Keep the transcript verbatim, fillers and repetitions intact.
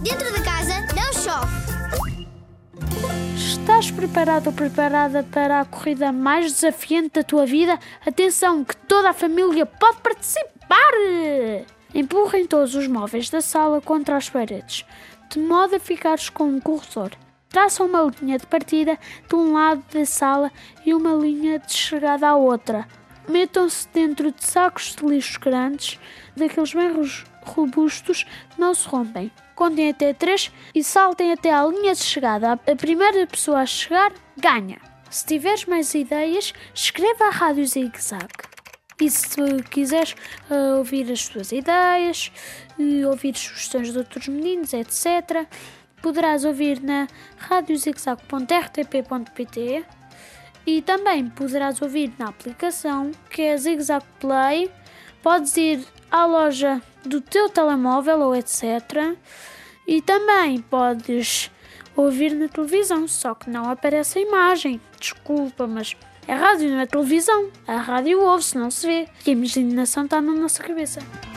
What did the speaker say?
Dentro de casa não chove. Estás preparado ou preparada para a corrida mais desafiante da tua vida? Atenção, que toda a família pode participar! Empurrem todos os móveis da sala contra as paredes, de modo a ficares com um corredor. Traçam uma linha de partida de um lado da sala e uma linha de chegada à outra. Metam-se dentro de sacos de lixo grandes, daqueles bem robustos que não se rompem. Contem até três e saltem até à linha de chegada. A primeira pessoa a chegar ganha. Se tiveres mais ideias, escreva à Rádio Zig Zag. E se quiseres uh, ouvir as tuas ideias, uh, ouvir sugestões de outros meninos, etcétera, poderás ouvir na rádio zig zag ponto r t p ponto p t e também poderás ouvir na aplicação que é Zig Zag Play. Podes ir à loja do teu telemóvel ou etcétera. E também podes ouvir na televisão, só que não aparece a imagem. Desculpa, mas é rádio, não é televisão. A rádio ouve-se, não se vê. E a imaginação está na nossa cabeça.